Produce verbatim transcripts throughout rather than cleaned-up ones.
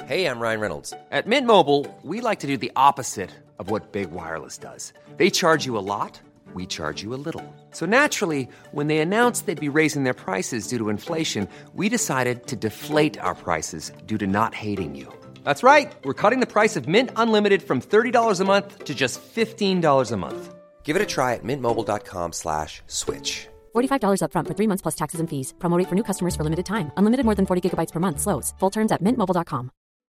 Hey, I'm Ryan Reynolds. At Mint Mobile, we like to do the opposite of what Big Wireless does. They charge you a lot, we charge you a little. So naturally, when they announced they'd be raising their prices due to inflation, we decided to deflate our prices due to not hating you. That's right. We're cutting the price of Mint Unlimited from thirty dollars a month to just fifteen dollars a month. Give it a try at mintmobile.com slash switch. forty-five dollars up front for three months plus taxes and fees. Promo rate for new customers for limited time. Unlimited more than forty gigabytes per month. Slows full terms at mint mobile dot com.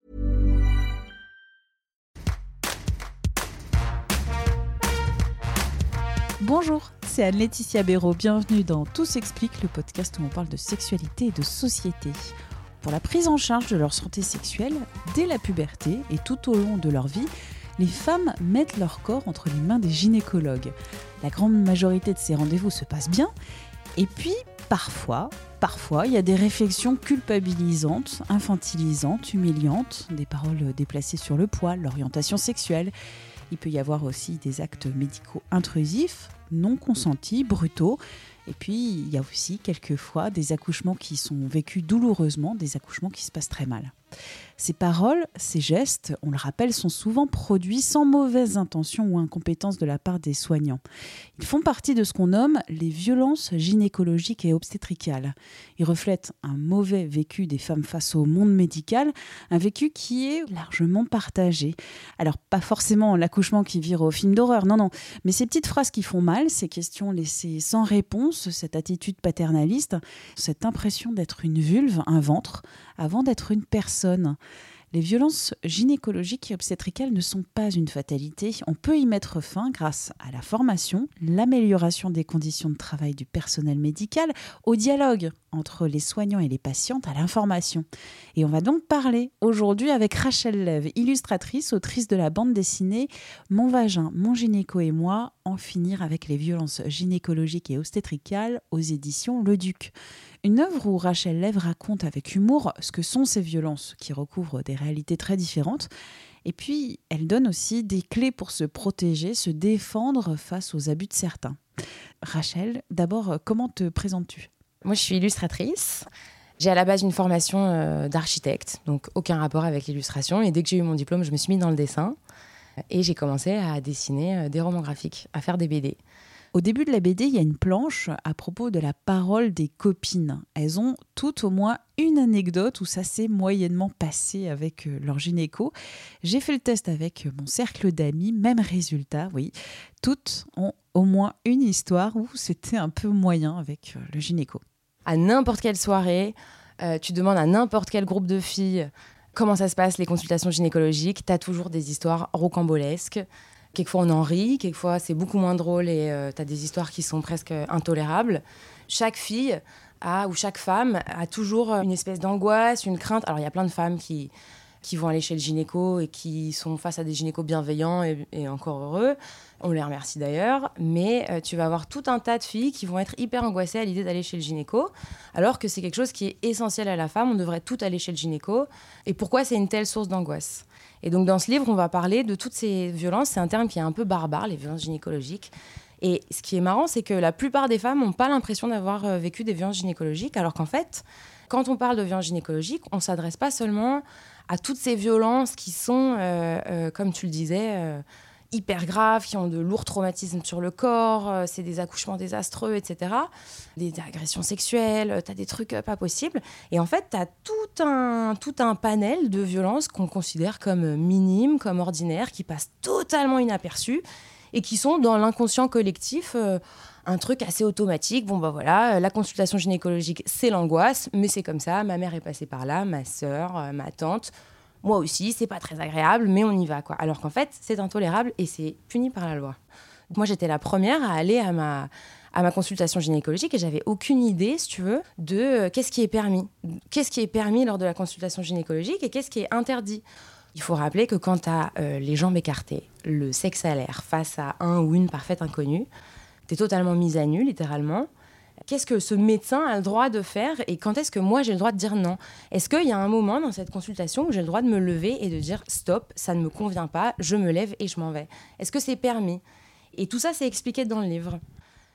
Bonjour, c'est Anne-Laetitia Béraud. Bienvenue dans Tout s'explique, le podcast où on parle de sexualité et de société. Pour la prise en charge de leur santé sexuelle, dès la puberté et tout au long de leur vie, les femmes mettent leur corps entre les mains des gynécologues. La grande majorité de ces rendez-vous se passent bien. Et puis, parfois, parfois, il y a des réflexions culpabilisantes, infantilisantes, humiliantes, des paroles déplacées sur le poil, l'orientation sexuelle. Il peut y avoir aussi des actes médicaux intrusifs, non consentis, brutaux. Et puis, il y a aussi quelquefois des accouchements qui sont vécus douloureusement, des accouchements qui se passent très mal. Ces paroles, ces gestes, on le rappelle, sont souvent produits sans mauvaise intention ou incompétence de la part des soignants. Ils font partie de ce qu'on nomme les violences gynécologiques et obstétricales. Ils reflètent un mauvais vécu des femmes face au monde médical, un vécu qui est largement partagé. Alors, pas forcément l'accouchement qui vire au film d'horreur, non, non, mais ces petites phrases qui font mal, ces questions laissées sans réponse, cette attitude paternaliste, cette impression d'être une vulve, un ventre, avant d'être une personne. Les violences gynécologiques et obstétricales ne sont pas une fatalité. On peut y mettre fin grâce à la formation, l'amélioration des conditions de travail du personnel médical, au dialogue entre les soignants et les patientes, à l'information. Et on va donc parler aujourd'hui avec Rachel Lève, illustratrice, autrice de la bande dessinée « Mon vagin, mon gynéco et moi, en finir avec les violences gynécologiques et obstétricales » aux éditions Le Duc. Une œuvre où Rachel Lève raconte avec humour ce que sont ces violences, qui recouvrent des réalités très différentes. Et puis, elle donne aussi des clés pour se protéger, se défendre face aux abus de certains. Rachel, d'abord, comment te présentes-tu ? Moi, je suis illustratrice. J'ai à la base une formation euh, d'architecte, donc aucun rapport avec l'illustration. Et dès que j'ai eu mon diplôme, je me suis mise dans le dessin. Et j'ai commencé à dessiner euh, des romans graphiques, à faire des B D. Au début de la B D, il y a une planche à propos de la parole des copines. Elles ont toutes au moins une anecdote où ça s'est moyennement passé avec leur gynéco. J'ai fait le test avec mon cercle d'amis, même résultat, oui. Toutes ont au moins une histoire où c'était un peu moyen avec le gynéco. À n'importe quelle soirée, euh, tu demandes à n'importe quel groupe de filles comment ça se passe, les consultations gynécologiques. Tu as toujours des histoires rocambolesques. Quelquefois, on en rit, quelquefois, c'est beaucoup moins drôle et euh, tu as des histoires qui sont presque intolérables. Chaque fille a, ou chaque femme a toujours une espèce d'angoisse, une crainte. Alors, il y a plein de femmes qui, qui vont aller chez le gynéco et qui sont face à des gynécos bienveillants et, et encore heureux. On les remercie d'ailleurs. Mais euh, tu vas avoir tout un tas de filles qui vont être hyper angoissées à l'idée d'aller chez le gynéco, alors que c'est quelque chose qui est essentiel à la femme. On devrait toutes aller chez le gynéco. Et pourquoi c'est une telle source d'angoisse ? Et donc, dans ce livre, on va parler de toutes ces violences. C'est un terme qui est un peu barbare, les violences gynécologiques. Et ce qui est marrant, c'est que la plupart des femmes n'ont pas l'impression d'avoir vécu des violences gynécologiques, alors qu'en fait, quand on parle de violences gynécologiques, on ne s'adresse pas seulement à toutes ces violences qui sont, euh, euh, comme tu le disais, euh, hyper graves, qui ont de lourds traumatismes sur le corps, euh, c'est des accouchements désastreux, et cetera. Des agressions sexuelles, tu as des trucs euh, pas possibles. Et en fait, tu as tout un, tout un panel de violences qu'on considère comme minimes, comme ordinaires, qui passent totalement inaperçues et qui sont dans l'inconscient collectif euh, un truc assez automatique. Bon, bah voilà, la consultation gynécologique, c'est l'angoisse, mais c'est comme ça, ma mère est passée par là, ma sœur, euh, ma tante... Moi aussi, c'est pas très agréable, mais on y va, quoi. Alors qu'en fait, c'est intolérable et c'est puni par la loi. Moi, j'étais la première à aller à ma, à ma consultation gynécologique et j'avais aucune idée, si tu veux, de euh, qu'est-ce qui est permis. Qu'est-ce qui est permis lors de la consultation gynécologique et qu'est-ce qui est interdit. Il faut rappeler que quand tu as euh, les jambes écartées, le sexe à l'air face à un ou une parfaite inconnue, tu es totalement mise à nu, littéralement. Qu'est-ce que ce médecin a le droit de faire et quand est-ce que moi j'ai le droit de dire non ? Est-ce qu'il y a un moment dans cette consultation où j'ai le droit de me lever et de dire stop, ça ne me convient pas, je me lève et je m'en vais ? Est-ce que c'est permis ? Et tout ça, c'est expliqué dans le livre.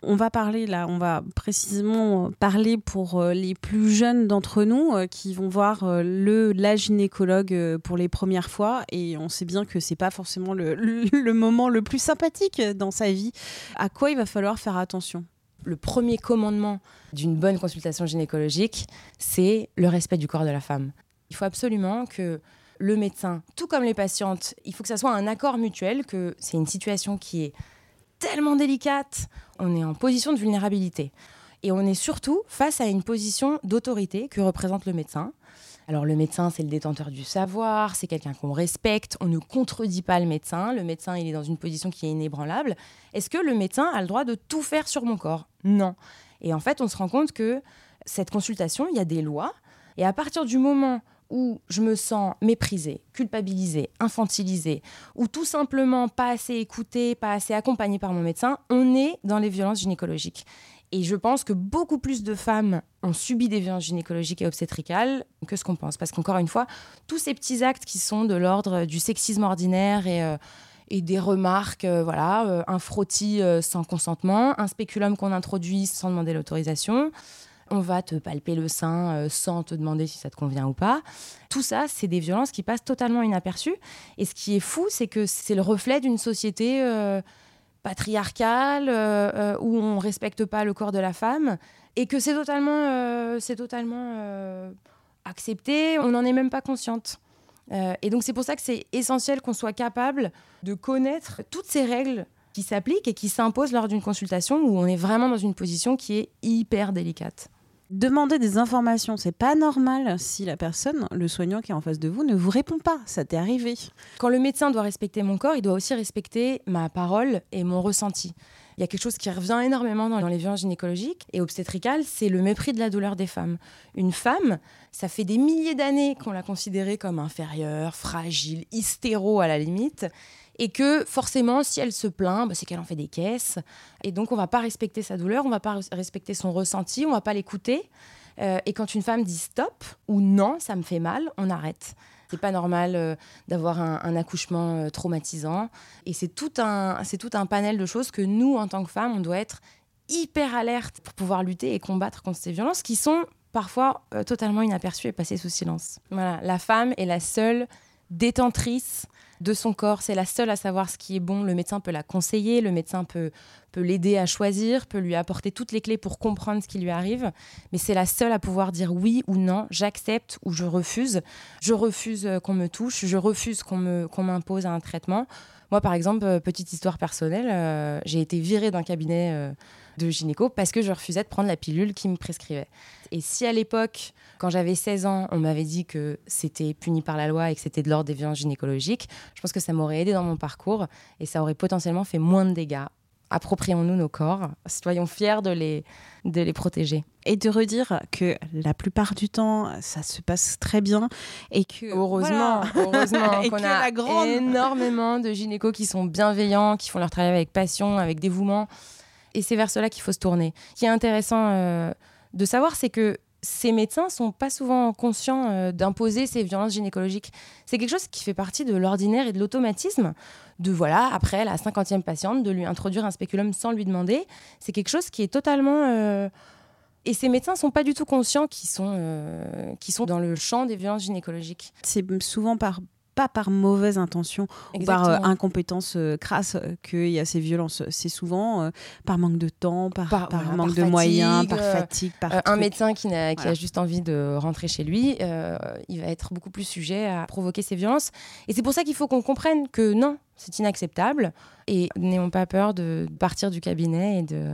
On va parler là, on va précisément parler pour les plus jeunes d'entre nous qui vont voir le la gynécologue pour les premières fois, et on sait bien que c'est pas forcément le, le, le moment le plus sympathique dans sa vie. À quoi il va falloir faire attention ? Le premier commandement d'une bonne consultation gynécologique, c'est le respect du corps de la femme. Il faut absolument que le médecin, tout comme les patientes, il faut que ça soit un accord mutuel, que c'est une situation qui est tellement délicate, on est en position de vulnérabilité. Et on est surtout face à une position d'autorité que représente le médecin. Alors le médecin, c'est le détenteur du savoir, c'est quelqu'un qu'on respecte, on ne contredit pas le médecin, le médecin il est dans une position qui est inébranlable. Est-ce que le médecin a le droit de tout faire sur mon corps ? Non. Et en fait, on se rend compte que cette consultation, il y a des lois, et à partir du moment où je me sens méprisée, culpabilisée, infantilisée, ou tout simplement pas assez écoutée, pas assez accompagnée par mon médecin, on est dans les violences gynécologiques. Et je pense que beaucoup plus de femmes ont subi des violences gynécologiques et obstétricales que ce qu'on pense. Parce qu'encore une fois, tous ces petits actes qui sont de l'ordre du sexisme ordinaire et, euh, et des remarques, euh, voilà, euh, un frottis euh, sans consentement, un spéculum qu'on introduit sans demander l'autorisation, on va te palper le sein euh, sans te demander si ça te convient ou pas. Tout ça, c'est des violences qui passent totalement inaperçues. Et ce qui est fou, c'est que c'est le reflet d'une société euh, patriarcale, euh, euh, où on ne respecte pas le corps de la femme, et que c'est totalement, euh, c'est totalement euh, accepté, on n'en est même pas consciente. Euh, et donc c'est pour ça que c'est essentiel qu'on soit capable de connaître toutes ces règles qui s'appliquent et qui s'imposent lors d'une consultation où on est vraiment dans une position qui est hyper délicate. Demander des informations, c'est pas normal si la personne, le soignant qui est en face de vous, ne vous répond pas. Ça t'est arrivé. Quand le médecin doit respecter mon corps, il doit aussi respecter ma parole et mon ressenti. Il y a quelque chose qui revient énormément dans les violences gynécologiques et obstétricales, c'est le mépris de la douleur des femmes. Une femme, ça fait des milliers d'années qu'on l'a considérée comme inférieure, fragile, hystéro à la limite, et que forcément, si elle se plaint, bah, c'est qu'elle en fait des caisses. Et donc, on ne va pas respecter sa douleur, on ne va pas respecter son ressenti, on ne va pas l'écouter. Euh, et quand une femme dit stop ou non, ça me fait mal, on arrête. C'est pas normal euh, d'avoir un, un accouchement euh, traumatisant. Et c'est tout, un, c'est tout un panel de choses que nous, en tant que femmes, on doit être hyper alerte pour pouvoir lutter et combattre contre ces violences qui sont parfois euh, totalement inaperçues et passées sous silence. Voilà, la femme est la seule détentrice de son corps, c'est la seule à savoir ce qui est bon. Le médecin peut la conseiller, le médecin peut, peut l'aider à choisir, peut lui apporter toutes les clés pour comprendre ce qui lui arrive, mais c'est la seule à pouvoir dire oui ou non, j'accepte ou je refuse. Je refuse qu'on me touche, je refuse qu'on, me, qu'on m'impose un traitement. Moi, par exemple, euh, petite histoire personnelle, euh, j'ai été virée d'un cabinet euh, de gynéco parce que je refusais de prendre la pilule qui me prescrivait. Et si à l'époque, quand j'avais seize ans, on m'avait dit que c'était puni par la loi et que c'était de l'ordre des violences gynécologiques, je pense que ça m'aurait aidé dans mon parcours et ça aurait potentiellement fait moins de dégâts. Approprions-nous nos corps, soyons fiers de les, de les protéger. Et de redire que la plupart du temps, ça se passe très bien et que... Heureusement, voilà. heureusement et qu'on que a la grande... énormément de gynécos qui sont bienveillants, qui font leur travail avec passion, avec dévouement. Et c'est vers cela qu'il faut se tourner. Ce qui est intéressant euh, de savoir, c'est que ces médecins ne sont pas souvent conscients euh, d'imposer ces violences gynécologiques. C'est quelque chose qui fait partie de l'ordinaire et de l'automatisme. De voilà, après la cinquantième patiente, de lui introduire un spéculum sans lui demander. C'est quelque chose qui est totalement... Euh... Et ces médecins ne sont pas du tout conscients qu'ils sont, euh, qu'ils sont dans le champ des violences gynécologiques. C'est souvent par... pas par mauvaise intention Exactement. Ou par euh, incompétence euh, crasse euh, qu'il y a ces violences. C'est souvent euh, par manque de temps, par, par, par voilà, manque par de fatigue, moyens, par fatigue. Par euh, un médecin qui, n'a, qui voilà. a juste envie de rentrer chez lui, euh, il va être beaucoup plus sujet à provoquer ces violences. Et c'est pour ça qu'il faut qu'on comprenne que non, c'est inacceptable. Et n'ayons pas peur de partir du cabinet et de,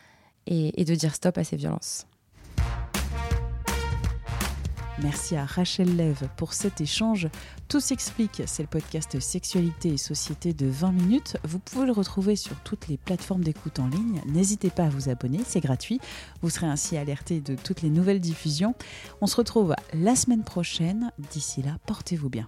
et, et de dire stop à ces violences. Merci à Rachel Lève pour cet échange. Tout s'explique, c'est le podcast Sexualité et Société de vingt minutes. Vous pouvez le retrouver sur toutes les plateformes d'écoute en ligne. N'hésitez pas à vous abonner, c'est gratuit. Vous serez ainsi alerté de toutes les nouvelles diffusions. On se retrouve la semaine prochaine. D'ici là, portez-vous bien.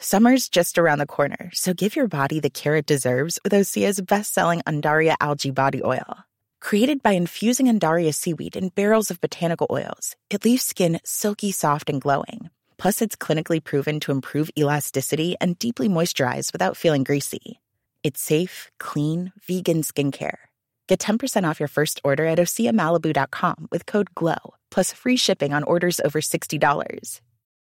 Summer's just around the corner, so give your body the care it deserves with Osea's best-selling Undaria Algae Body Oil. Created by infusing Undaria seaweed in barrels of botanical oils, it leaves skin silky soft and glowing. Plus, it's clinically proven to improve elasticity and deeply moisturize without feeling greasy. It's safe, clean, vegan skincare. Get ten percent off your first order at osea malibu dot com with code GLOW, plus free shipping on orders over sixty dollars.